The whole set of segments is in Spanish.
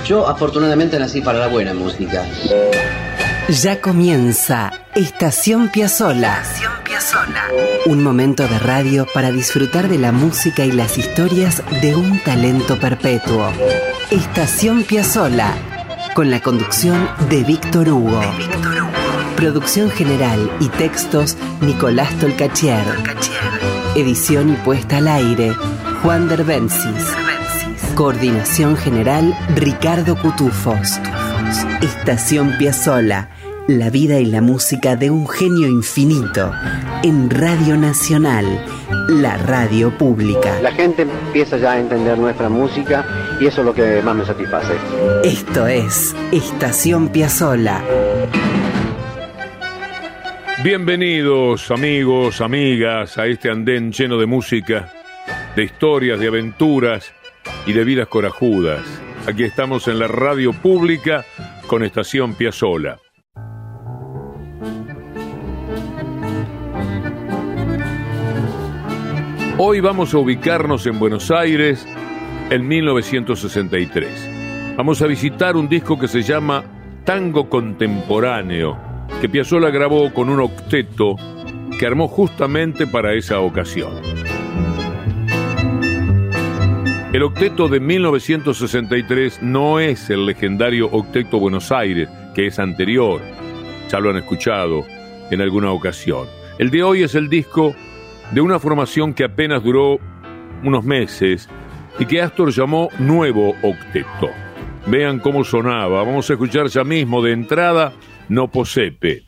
Yo afortunadamente nací para la buena música. Ya comienza Estación Piazzolla. Un momento de radio para disfrutar de la música y las historias de un talento perpetuo. Estación Piazzolla, con la conducción de Víctor Hugo. Producción general y textos, Nicolás Tolcachier. Edición y puesta al aire, Juan Derbencis. Coordinación general, Ricardo Cutufos. Estación Piazzolla, la vida y la música de un genio infinito, en Radio Nacional, la radio pública. La gente empieza ya a entender nuestra música y eso es lo que más me satisface. Esto es Estación Piazzolla. Bienvenidos amigos, amigas, a este andén lleno de música, de historias, de aventuras y de vidas corajudas. Aquí estamos en la radio pública con Estación Piazzolla. Hoy vamos a ubicarnos en Buenos Aires en 1963. Vamos a visitar un disco que se llama Tango Contemporáneo, que Piazzolla grabó con un octeto que armó justamente para esa ocasión. El octeto de 1963 no es el legendario Octeto Buenos Aires, que es anterior. Ya lo han escuchado en alguna ocasión. El de hoy es el disco de una formación que apenas duró unos meses y que Astor llamó Nuevo Octeto. Vean cómo sonaba. Vamos a escuchar ya mismo de entrada No Posepe.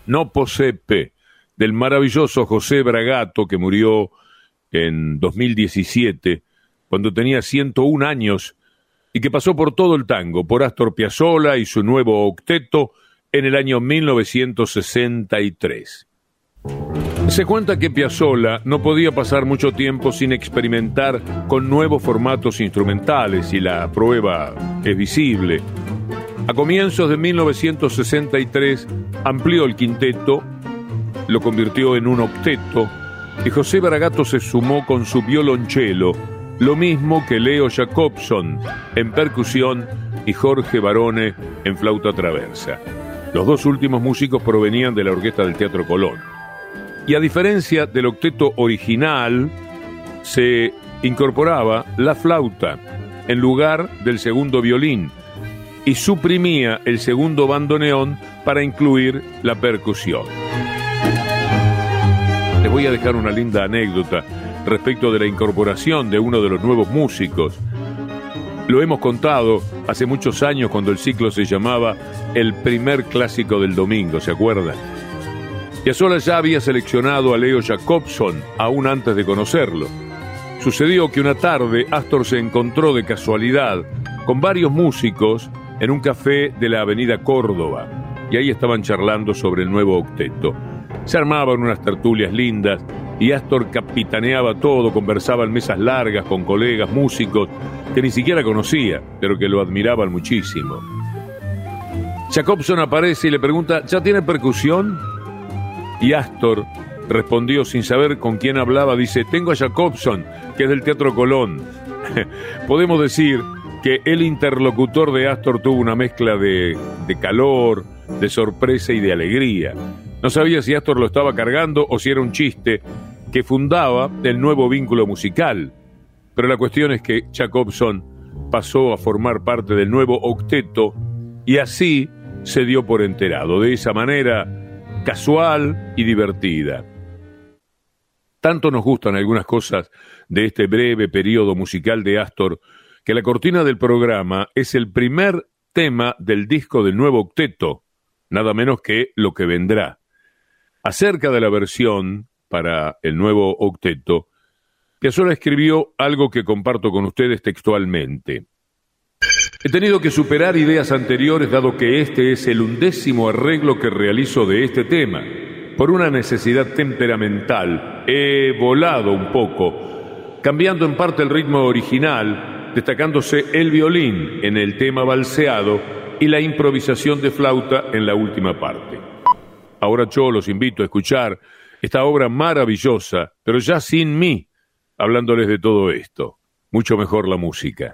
No Posepe, del maravilloso José Bragato, que murió en 2017, cuando tenía 101 años, y que pasó por todo el tango, por Astor Piazzolla y su nuevo octeto en el año 1963. Se cuenta que Piazzolla no podía pasar mucho tiempo sin experimentar con nuevos formatos instrumentales, y la prueba es visible. A comienzos de 1963 amplió el quinteto, lo convirtió en un octeto, y José Bragato se sumó con su violonchelo, lo mismo que Leo Jacobson en percusión y Jorge Barone en flauta traversa. Los dos últimos músicos provenían de la orquesta del Teatro Colón. Y a diferencia del octeto original, se incorporaba la flauta en lugar del segundo violín y suprimía el segundo bandoneón para incluir la percusión. Les voy a dejar una linda anécdota respecto de la incorporación de uno de los nuevos músicos. Lo hemos contado hace muchos años cuando el ciclo se llamaba El primer clásico del domingo, ¿se acuerdan? Piazzolla ya había seleccionado a Leo Jacobson aún antes de conocerlo. Sucedió que una tarde Astor se encontró de casualidad con varios músicos en un café de la avenida Córdoba, y ahí estaban charlando sobre el nuevo octeto. Se armaban unas tertulias lindas y Astor capitaneaba todo, conversaba en mesas largas con colegas músicos que ni siquiera conocía, pero que lo admiraban muchísimo. Jacobson aparece y le pregunta: ¿ya tiene percusión? Y Astor respondió sin saber con quién hablaba, dice: tengo a Jacobson, que es del Teatro Colón. Podemos decir que el interlocutor de Astor tuvo una mezcla de calor, de sorpresa y de alegría. No sabía si Astor lo estaba cargando o si era un chiste que fundaba el nuevo vínculo musical. Pero la cuestión es que Jacobson pasó a formar parte del nuevo octeto y así se dio por enterado, de esa manera casual y divertida. Tanto nos gustan algunas cosas de este breve periodo musical de Astor, que la cortina del programa es el primer tema del disco del nuevo octeto, nada menos que Lo que vendrá. Acerca de la versión para el nuevo octeto, Piazzolla escribió algo que comparto con ustedes textualmente. He tenido que superar ideas anteriores, dado que este es el 11º arreglo que realizo de este tema. Por una necesidad temperamental, he volado un poco, cambiando en parte el ritmo original, destacándose el violín en el tema valseado y la improvisación de flauta en la última parte. Ahora yo los invito a escuchar esta obra maravillosa, pero ya sin mí, hablándoles de todo esto. Mucho mejor la música.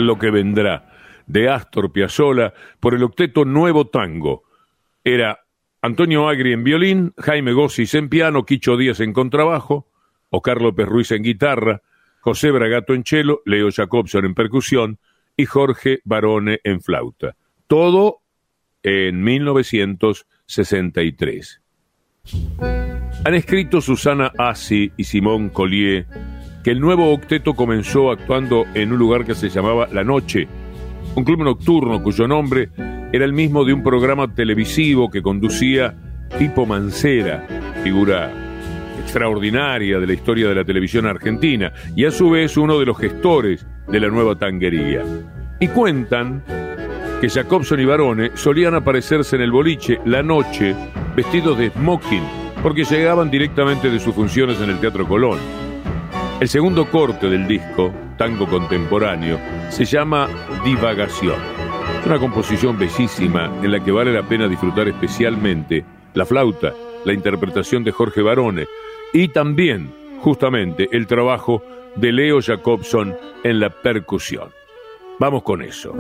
lo que vendrá, de Astor Piazzolla, por el octeto Nuevo Tango. Era Antonio Agri en violín, Jaime Gossis en piano, Quicho Díaz en contrabajo, Oscar López Ruiz en guitarra, José Bragato en cello, Leo Jacobson en percusión y Jorge Barone en flauta. Todo en 1963. Han escrito Susana Assi y Simón Collier que el nuevo octeto comenzó actuando en un lugar que se llamaba La Noche, un club nocturno cuyo nombre era el mismo de un programa televisivo que conducía Pipo Mancera, figura extraordinaria de la historia de la televisión argentina y a su vez uno de los gestores de la nueva tanguería. Y cuentan que Jacobson y Barone solían aparecerse en el boliche La Noche vestidos de smoking porque llegaban directamente de sus funciones en el Teatro Colón. El segundo corte del disco, Tango Contemporáneo, se llama Divagación. Es una composición bellísima en la que vale la pena disfrutar especialmente la flauta, la interpretación de Jorge Barone y también, justamente, el trabajo de Leo Jacobson en la percusión. Vamos con eso.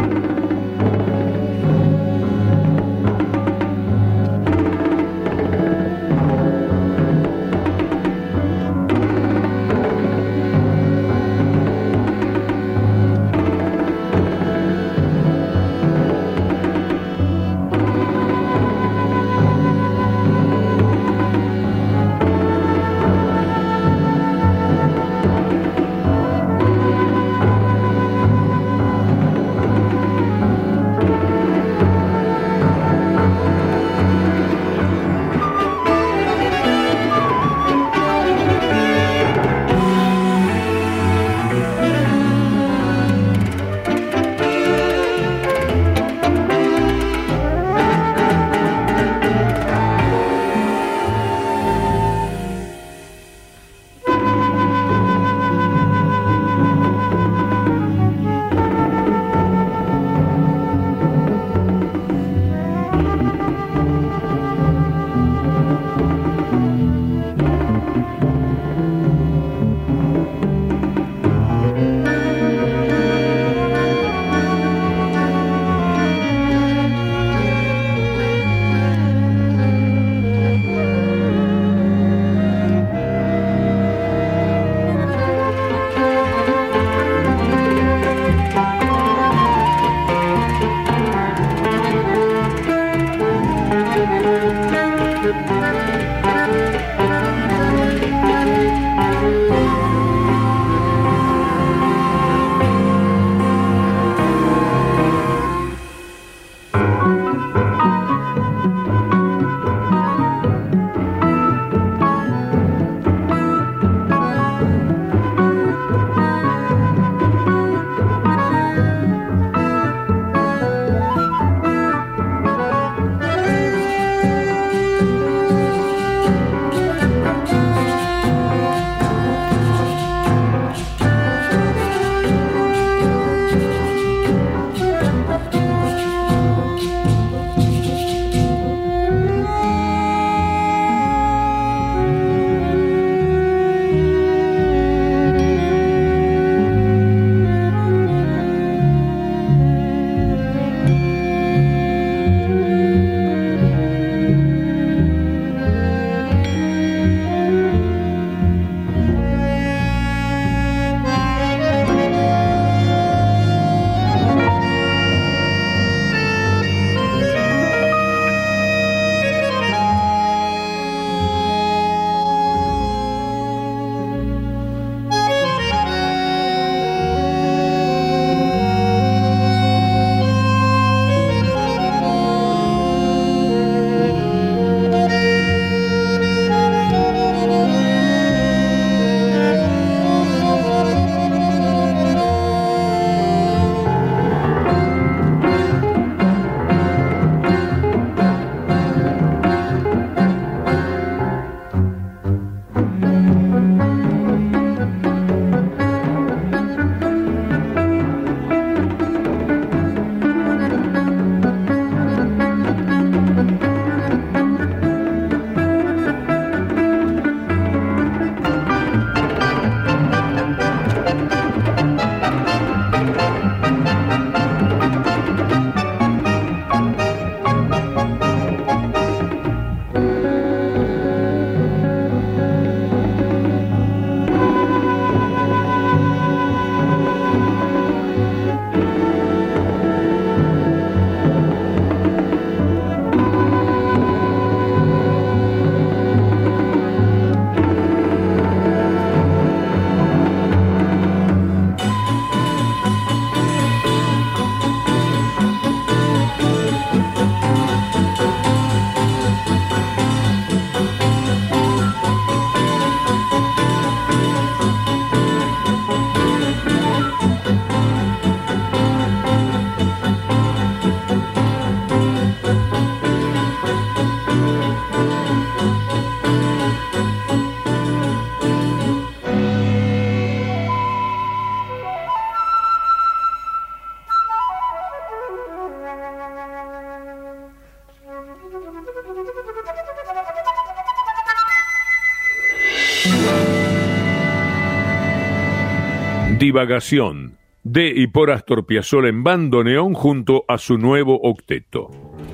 Divagación, de y por Astor Piazzolla en bandoneón junto a su nuevo octeto.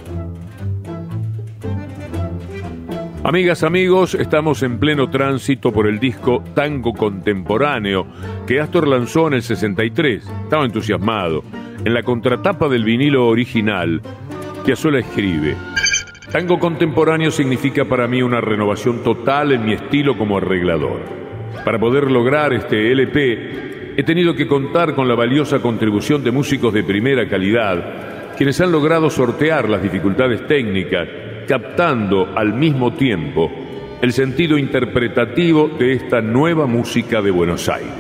Amigas, amigos, estamos en pleno tránsito por el disco Tango Contemporáneo que Astor lanzó en el 63. Estaba entusiasmado. En la contratapa del vinilo original, Piazzolla escribe: Tango Contemporáneo significa para mí una renovación total en mi estilo como arreglador. Para poder lograr este LP, he tenido que contar con la valiosa contribución de músicos de primera calidad, quienes han logrado sortear las dificultades técnicas, captando al mismo tiempo el sentido interpretativo de esta nueva música de Buenos Aires.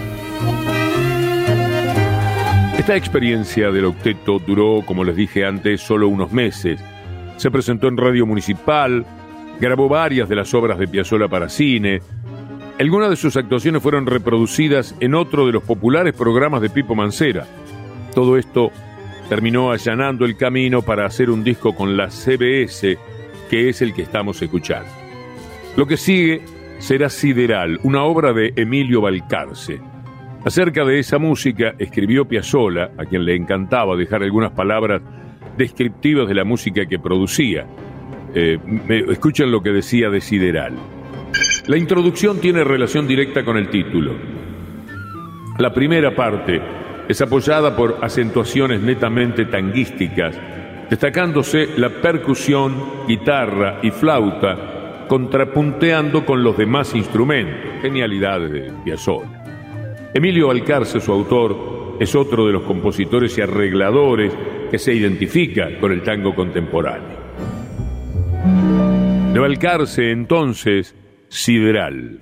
Esta experiencia del octeto duró, como les dije antes, solo unos meses. Se presentó en Radio Municipal, grabó varias de las obras de Piazzolla para cine. Algunas de sus actuaciones fueron reproducidas en otro de los populares programas de Pipo Mancera. Todo esto terminó allanando el camino para hacer un disco con la CBS, que es el que estamos escuchando. Lo que sigue será Sideral, una obra de Emilio Balcarce. Acerca de esa música escribió Piazzolla, a quien le encantaba dejar algunas palabras descriptivas de la música que producía. Escuchen lo que decía de Sideral. La introducción tiene relación directa con el título. La primera parte es apoyada por acentuaciones netamente tanguísticas, destacándose la percusión, guitarra y flauta, contrapunteando con los demás instrumentos. Genialidades de Piazzolla. Emilio Balcarce, su autor, es otro de los compositores y arregladores que se identifica con el tango contemporáneo. De Balcarce, entonces, Sideral.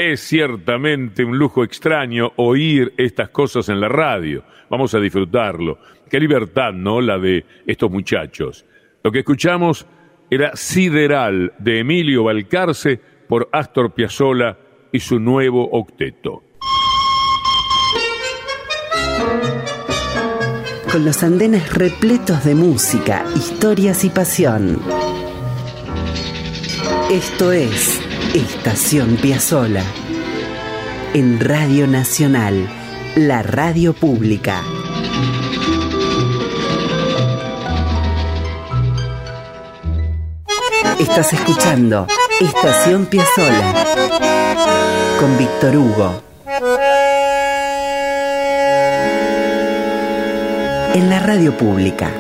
Es ciertamente un lujo extraño oír estas cosas en la radio. Vamos a disfrutarlo. Qué libertad, ¿no? La de estos muchachos. Lo que escuchamos era Sideral, de Emilio Balcarce, por Astor Piazzolla y su nuevo octeto. Con los andenes repletos de música, historias y pasión. Esto es Estación Piazzolla. En Radio Nacional, la radio pública. Estás escuchando Estación Piazzolla con Víctor Hugo. En la radio pública.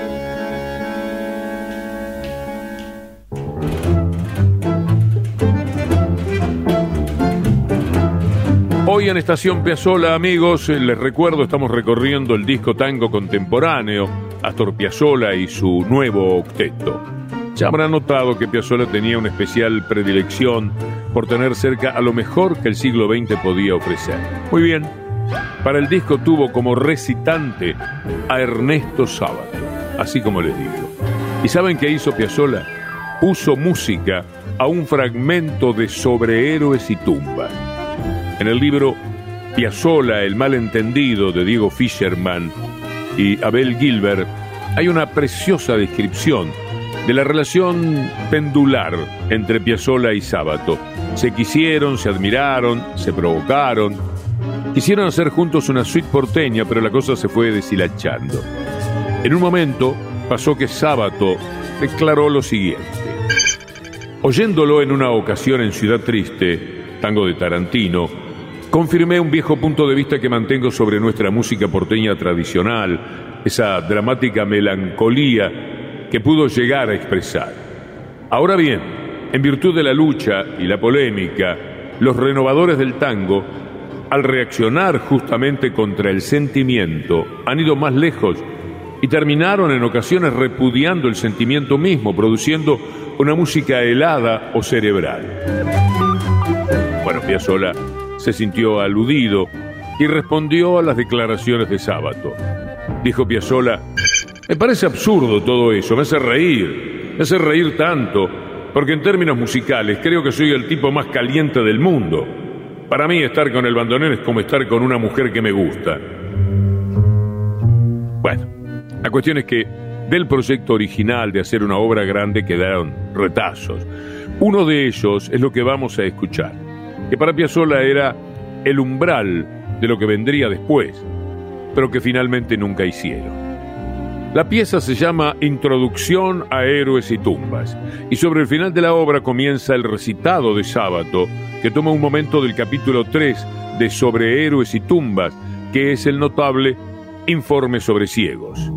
Hoy en Estación Piazzolla, amigos, les recuerdo, estamos recorriendo el disco tango contemporáneo, Astor Piazzolla y su nuevo octeto. Ya habrán notado que Piazzolla tenía una especial predilección por tener cerca a lo mejor que el siglo XX podía ofrecer. Muy bien, para el disco tuvo como recitante a Ernesto Sábato, así como les digo. ¿Y saben qué hizo Piazzolla? Puso música a un fragmento de Sobre Héroes y Tumbas. En el libro Piazzolla, el malentendido, de Diego Fischerman y Abel Gilbert, hay una preciosa descripción de la relación pendular entre Piazzolla y Sábato. Se quisieron, se admiraron, se provocaron. Quisieron hacer juntos una suite porteña, pero la cosa se fue deshilachando. En un momento pasó que Sábato declaró lo siguiente. Oyéndolo en una ocasión en Ciudad Triste, tango de Tarantino, confirmé un viejo punto de vista que mantengo sobre nuestra música porteña tradicional, esa dramática melancolía que pudo llegar a expresar. Ahora bien, en virtud de la lucha y la polémica, los renovadores del tango, al reaccionar justamente contra el sentimiento, han ido más lejos y terminaron en ocasiones repudiando el sentimiento mismo, produciendo una música helada o cerebral. Bueno, Piazzolla se sintió aludido y respondió a las declaraciones de Sábato. Dijo Piazzolla: me parece absurdo todo eso, me hace reír tanto, porque en términos musicales creo que soy el tipo más caliente del mundo. Para mí estar con el bandoneón es como estar con una mujer que me gusta. Bueno, la cuestión es que del proyecto original de hacer una obra grande quedaron retazos. Uno de ellos es lo que vamos a escuchar, que para Piazzolla era el umbral de lo que vendría después, pero que finalmente nunca hicieron. La pieza se llama Introducción a Héroes y Tumbas, y sobre el final de la obra comienza el recitado de Sábato, que toma un momento del capítulo 3 de Sobre Héroes y Tumbas, que es el notable Informe sobre Ciegos.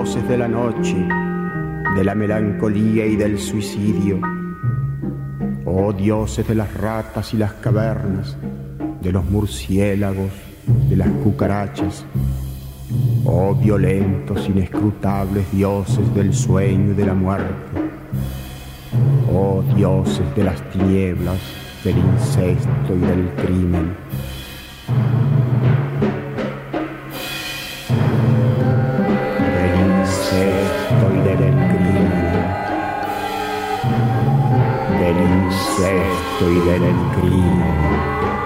dioses de la noche, de la melancolía y del suicidio. Oh dioses de las ratas y las cavernas, de los murciélagos, de las cucarachas. Oh violentos, inescrutables dioses del sueño y de la muerte. Oh dioses de las tinieblas, del incesto y del crimen. Del incesto y del crimen. Del incesto y del crimen.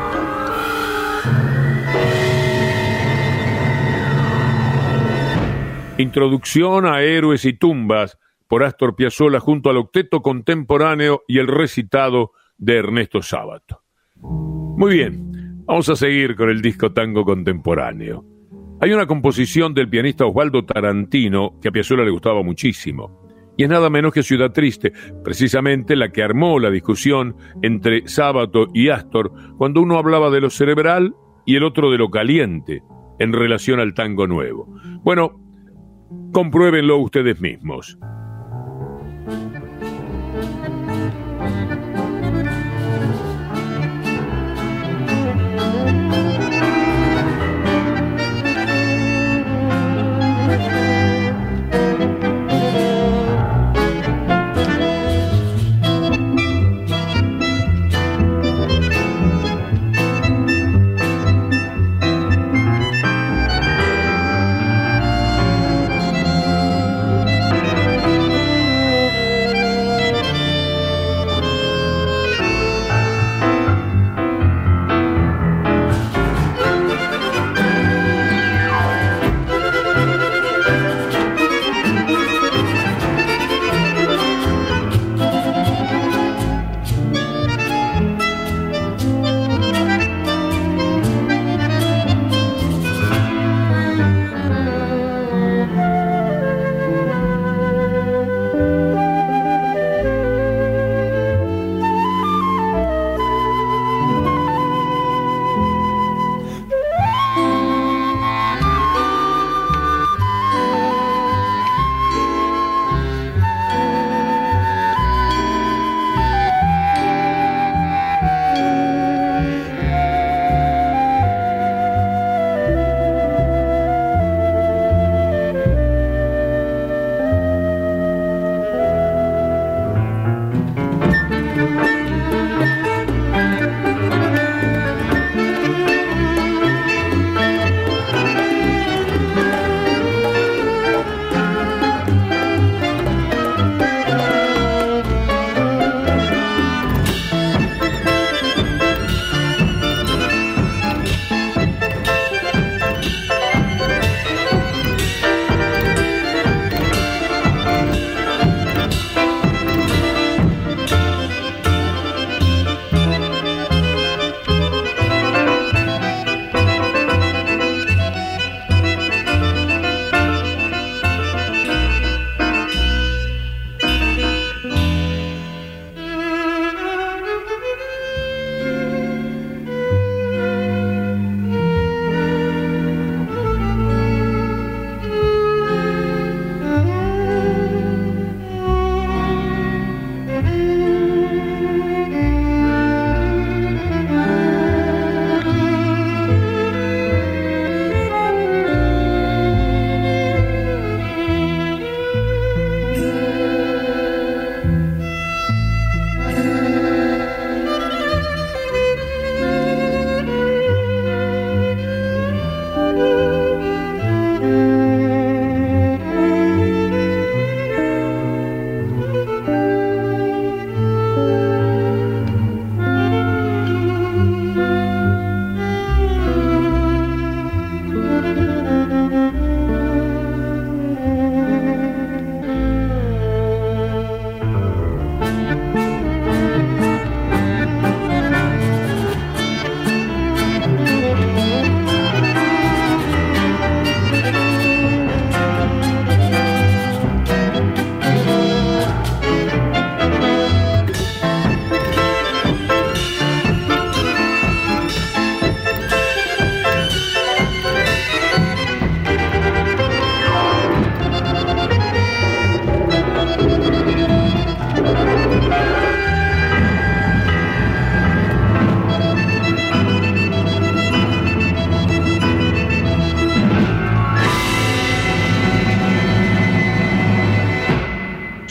Introducción a Héroes y Tumbas por Astor Piazzolla junto al octeto contemporáneo y el recitado de Ernesto Sábato. Muy bien, vamos a seguir con el disco tango contemporáneo. Hay una composición del pianista Osvaldo Tarantino que a Piazzolla le gustaba muchísimo, y es nada menos que Ciudad Triste, precisamente la que armó la discusión entre Sábato y Astor cuando uno hablaba de lo cerebral y el otro de lo caliente en relación al tango nuevo. Bueno, compruébenlo ustedes mismos.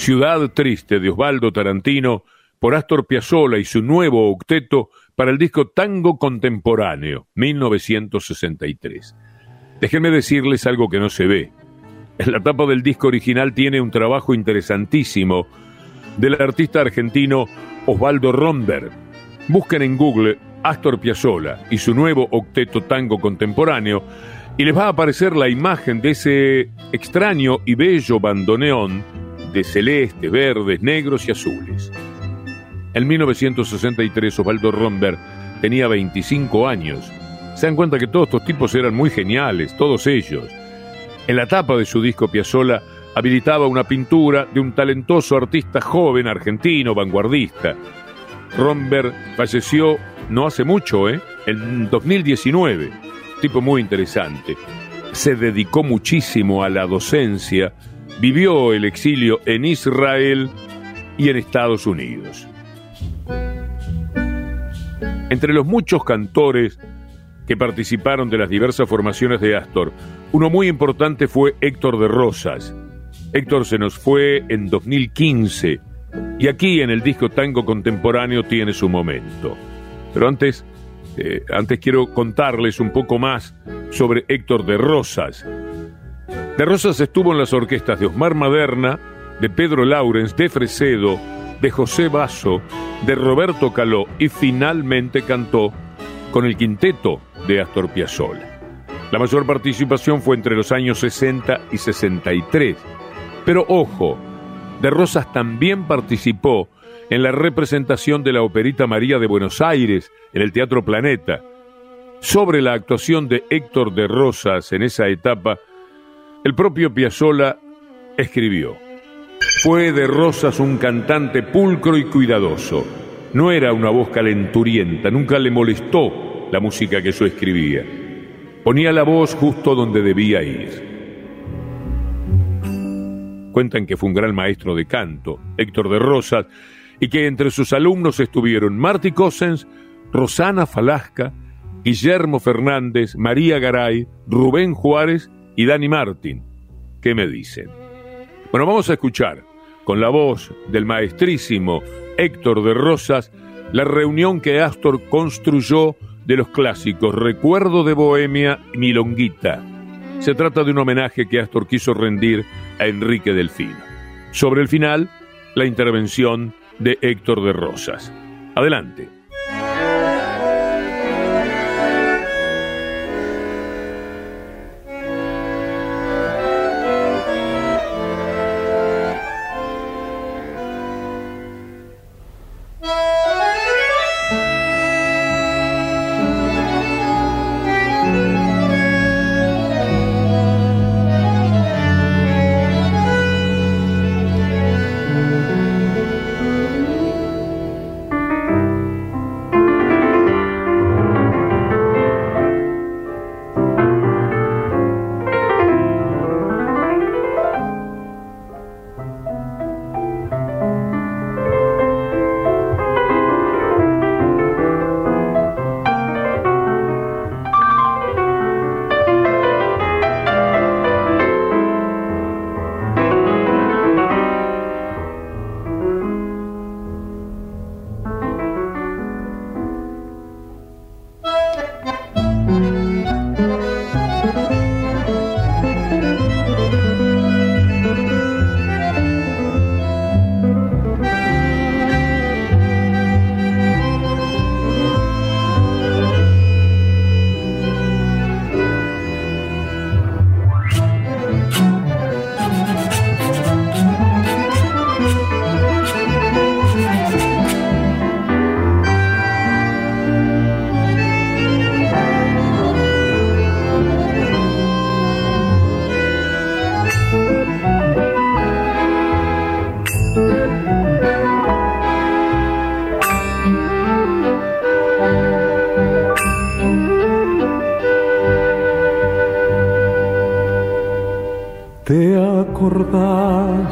Ciudad Triste de Osvaldo Tarantino por Astor Piazzolla y su nuevo octeto para el disco Tango Contemporáneo, 1963. Déjenme decirles algo que no se ve. En la tapa del disco original tiene un trabajo interesantísimo del artista argentino Osvaldo Romberg. Busquen en Google Astor Piazzolla y su nuevo octeto Tango Contemporáneo y les va a aparecer la imagen de ese extraño y bello bandoneón de celestes, verdes, negros y azules. En 1963 Osvaldo Romberg tenía 25 años. Se dan cuenta que todos estos tipos eran muy geniales, todos ellos. En la tapa de su disco Piazzolla habilitaba una pintura de un talentoso artista joven argentino, vanguardista. Romberg falleció no hace mucho, en 2019. Tipo muy interesante. Se dedicó muchísimo a la docencia, vivió el exilio en Israel y en Estados Unidos. Entre los muchos cantores que participaron de las diversas formaciones de Astor, uno muy importante fue Héctor de Rosas. Héctor se nos fue en 2015 y aquí en el disco Tango Contemporáneo tiene su momento. Pero antes quiero contarles un poco más sobre Héctor de Rosas. De Rosas estuvo en las orquestas de Osmar Maderna, de Pedro Laurens, de Fresedo, de José Basso, de Roberto Caló y finalmente cantó con el quinteto de Astor Piazzolla. La mayor participación fue entre los años 60 y 63. Pero ojo, de Rosas también participó en la representación de la Operita María de Buenos Aires en el Teatro Planeta. Sobre la actuación de Héctor de Rosas en esa etapa, el propio Piazzolla escribió: fue de Rosas un cantante pulcro y cuidadoso. No era una voz calenturienta, nunca le molestó la música que yo escribía. Ponía la voz justo donde debía ir. Cuentan que fue un gran maestro de canto, Héctor de Rosas, y que entre sus alumnos estuvieron Martí Cossens, Rosana Falasca, Guillermo Fernández, María Garay, Rubén Juárez y Dani Martín. ¿Qué me dicen? Bueno, vamos a escuchar con la voz del maestrísimo Héctor de Rosas la reunión que Astor construyó de los clásicos Recuerdo de Bohemia y Milonguita. Se trata de un homenaje que Astor quiso rendir a Enrique Delfino. Sobre el final, la intervención de Héctor de Rosas. Adelante. acordás,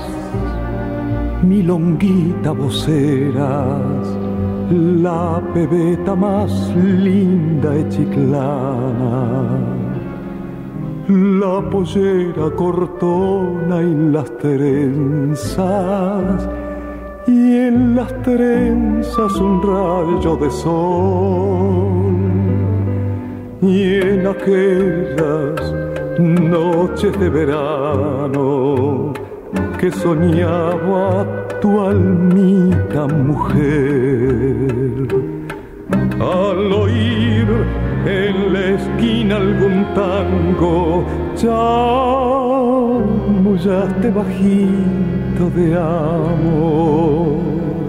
milonguita vos eras, la pebeta más linda de Chiclana. la pollera cortona y las trenzas, y en las trenzas un rayo de sol, y en aquellas noches de verano que soñaba tu almita mujer, al oír en la esquina algún tango, chamullaste bajito de amor.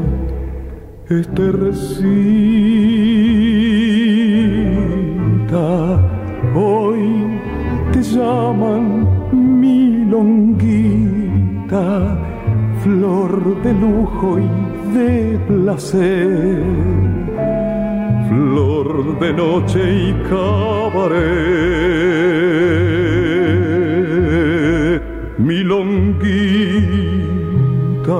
Esterrecita, hoy te llaman milonguita, flor de lujo y de placer, flor de noche y cabaret, milonguita,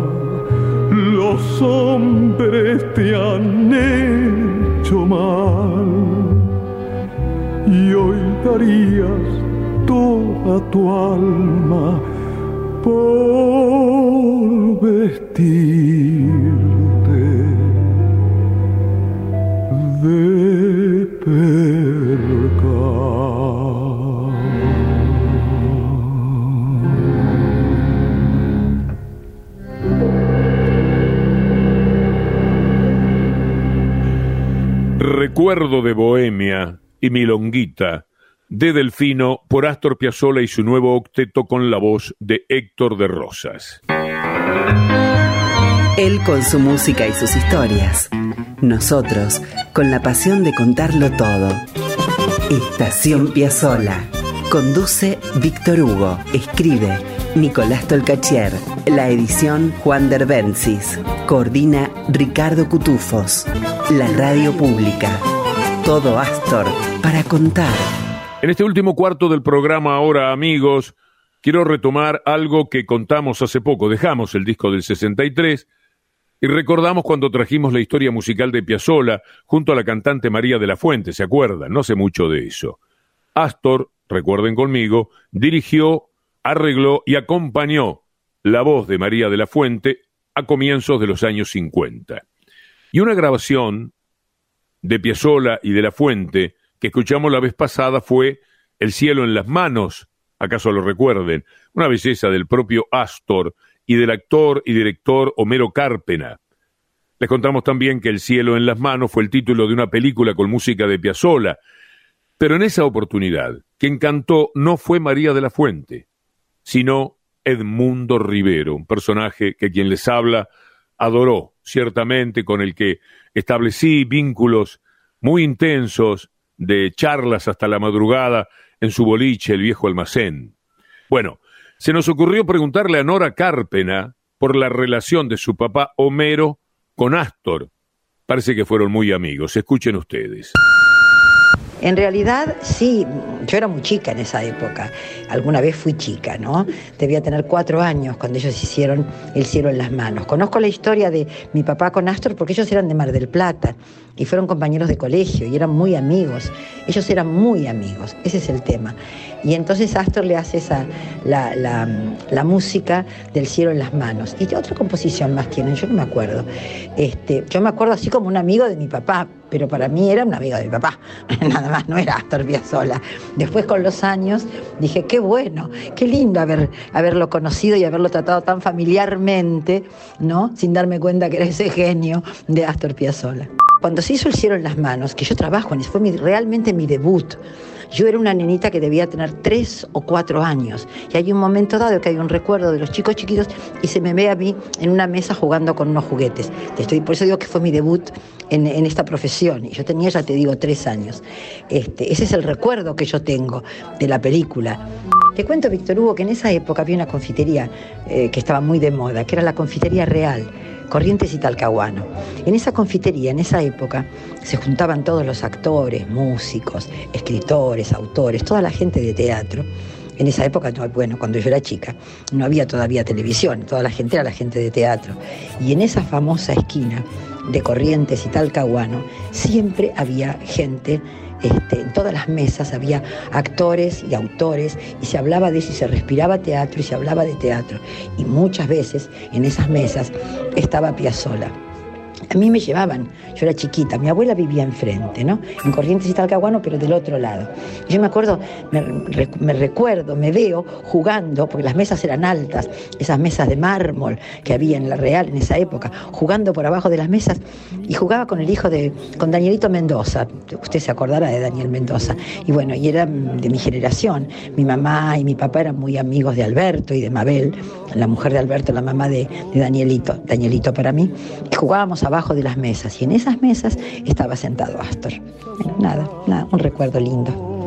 los hombres te han hecho mal y hoy darías toda tu alma por vestirte de percal. Recuerdo de Bohemia y Milonguita, de Delfino, por Astor Piazzolla y su nuevo octeto con la voz de Héctor de Rosas. Él con su música y sus historias. Nosotros con la pasión de contarlo todo. Estación Piazzolla. Conduce Víctor Hugo. Escribe Nicolás Tolcachier. La edición Juan Derbencis. Coordina Ricardo Cutufos. La radio pública. Todo Astor para contar. En este último cuarto del programa ahora, amigos, quiero retomar algo que contamos hace poco. Dejamos el disco del 63 y recordamos cuando trajimos la historia musical de Piazzolla junto a la cantante María de la Fuente, ¿se acuerdan? No sé mucho de eso. Astor, recuerden conmigo, dirigió, arregló y acompañó la voz de María de la Fuente a comienzos de los años 50. Y una grabación de Piazzolla y de la Fuente que escuchamos la vez pasada fue El cielo en las manos, acaso lo recuerden, una belleza del propio Astor y del actor y director Homero Cárpena. Les contamos también que El cielo en las manos fue el título de una película con música de Piazzolla, pero en esa oportunidad quien cantó no fue María de la Fuente, sino Edmundo Rivero, un personaje que quien les habla adoró, ciertamente, con el que establecí vínculos muy intensos de charlas hasta la madrugada en su boliche, el Viejo Almacén. Bueno, se nos ocurrió preguntarle a Nora Cárpena por la relación de su papá Homero con Astor. Parece que fueron muy amigos. Escuchen ustedes. En realidad, sí, yo era muy chica en esa época. Alguna vez fui chica, ¿no? Debía tener 4 años cuando ellos hicieron El cielo en las manos. Conozco la historia de mi papá con Astor porque ellos eran de Mar del Plata y fueron compañeros de colegio y eran muy amigos. Ellos eran muy amigos, ese es el tema. Y entonces Astor le hace la música del cielo en las manos. Y otra composición más tienen, yo no me acuerdo. Yo me acuerdo así como un amigo de mi papá, pero para mí era un amigo de mi papá, nada más, no era Astor Piazzolla. Después con los años dije, qué bueno, qué lindo haberlo conocido y haberlo tratado tan familiarmente, ¿no? Sin darme cuenta que era ese genio de Astor Piazzolla. Cuando se hizo El cielo en las manos, que yo trabajo en eso, fue realmente mi debut. Yo era una nenita que debía tener 3 o 4 años. Y hay un momento dado que hay un recuerdo de los chicos chiquitos y se me ve a mí en una mesa jugando con unos juguetes. Por eso digo que fue mi debut en esta profesión. Y yo tenía, ya te digo, 3 años. Ese es el recuerdo que yo tengo de la película. Te cuento, Víctor Hugo, que en esa época había una confitería que estaba muy de moda, que era la Confitería Real, Corrientes y Talcahuano. En esa confitería, en esa época, se juntaban todos los actores, músicos, escritores, autores, toda la gente de teatro. En esa época, bueno, cuando yo era chica, no había todavía televisión, toda la gente era la gente de teatro. Y en esa famosa esquina de Corrientes y Talcahuano, siempre había gente. En todas las mesas había actores y autores y se hablaba de eso y se respiraba teatro y se hablaba de teatro. Y muchas veces en esas mesas estaba Piazzolla. A mí me llevaban, yo era chiquita, mi abuela vivía enfrente, ¿no? En Corrientes y Talcahuano, pero del otro lado. Yo me acuerdo, me veo jugando, porque las mesas eran altas, esas mesas de mármol que había en La Real en esa época, jugando por abajo de las mesas, y jugaba con el hijo con Danielito Mendoza. Usted se acordará de Daniel Mendoza. Y bueno, y era de mi generación. Mi mamá y mi papá eran muy amigos de Alberto y de Mabel, la mujer de Alberto, la mamá de Danielito para mí, y jugábamos abajo de las mesas, y en esas mesas estaba sentado Astor. Nada, un recuerdo lindo.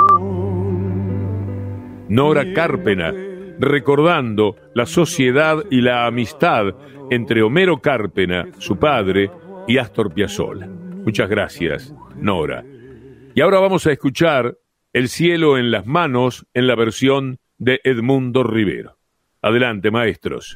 Nora Carpena, recordando la sociedad y la amistad entre Homero Carpena, su padre, y Astor Piazzolla. Muchas gracias, Nora. Y ahora vamos a escuchar El cielo en las manos en la versión de Edmundo Rivero. Adelante, maestros.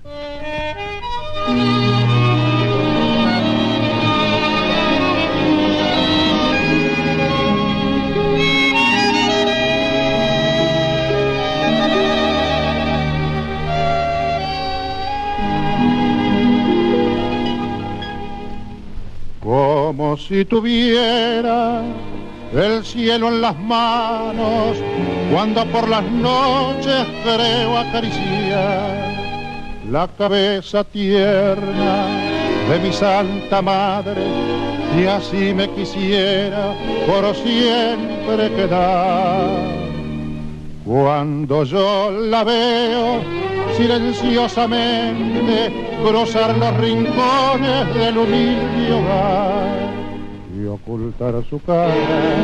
Como si tuviera el cielo en las manos, cuando por las noches creo acariciar la cabeza tierna de mi santa madre, y así me quisiera por siempre quedar. Cuando yo la veo silenciosamente cruzar los rincones del humilde hogar y ocultar su cara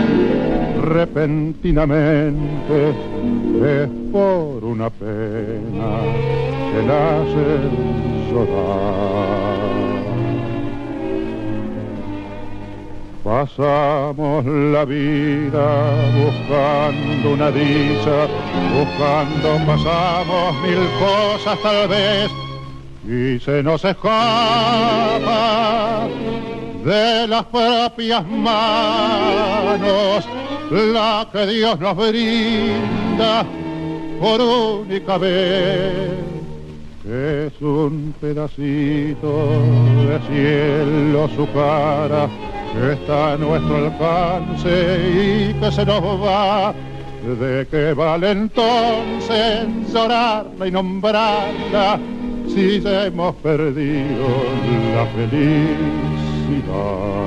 repentinamente, es por una pena que la hace llorar. Pasamos la vida buscando una dicha, pasamos mil cosas tal vez, y se nos escapa de las propias manos la que Dios nos brinda por única vez. Es un pedacito de cielo su cara, que está a nuestro alcance y que se nos va. ¿De qué vale entonces llorarla y nombrarla si ya hemos perdido la felicidad?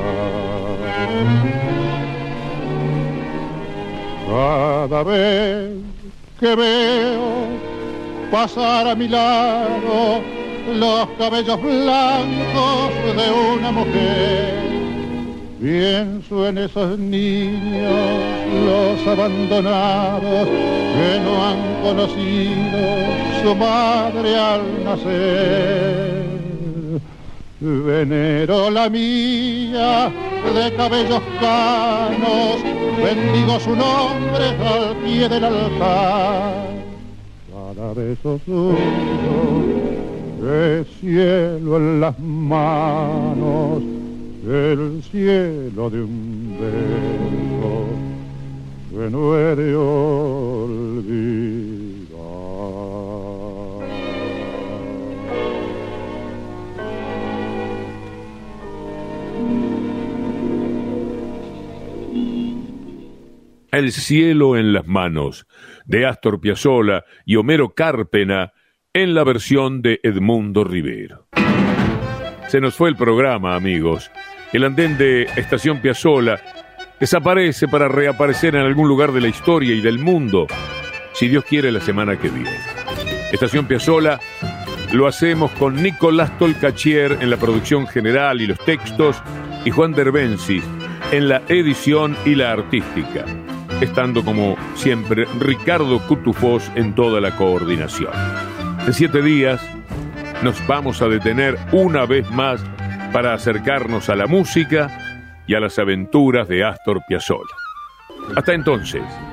Cada vez que veo pasar a mi lado los cabellos blancos de una mujer, pienso en esos niños, los abandonados, que no han conocido su madre al nacer. Venero la mía de cabellos canos, bendigo su nombre al pie del altar. Cada beso suyo es cielo en las manos, el cielo de un beso que no he de olvidar. El cielo en las manos, de Astor Piazzolla y Homero Carpena, en la versión de Edmundo Rivero. Se nos fue el programa, amigos. El andén de Estación Piazzolla desaparece para reaparecer en algún lugar de la historia y del mundo, si Dios quiere, la semana que viene. Estación Piazzolla lo hacemos con Nicolás Tolcachier en la producción general y los textos, y Juan Derbencis en la edición y la artística, estando como siempre Ricardo Cutufós en toda la coordinación. En 7 días nos vamos a detener una vez más para acercarnos a la música y a las aventuras de Astor Piazzolla. Hasta entonces.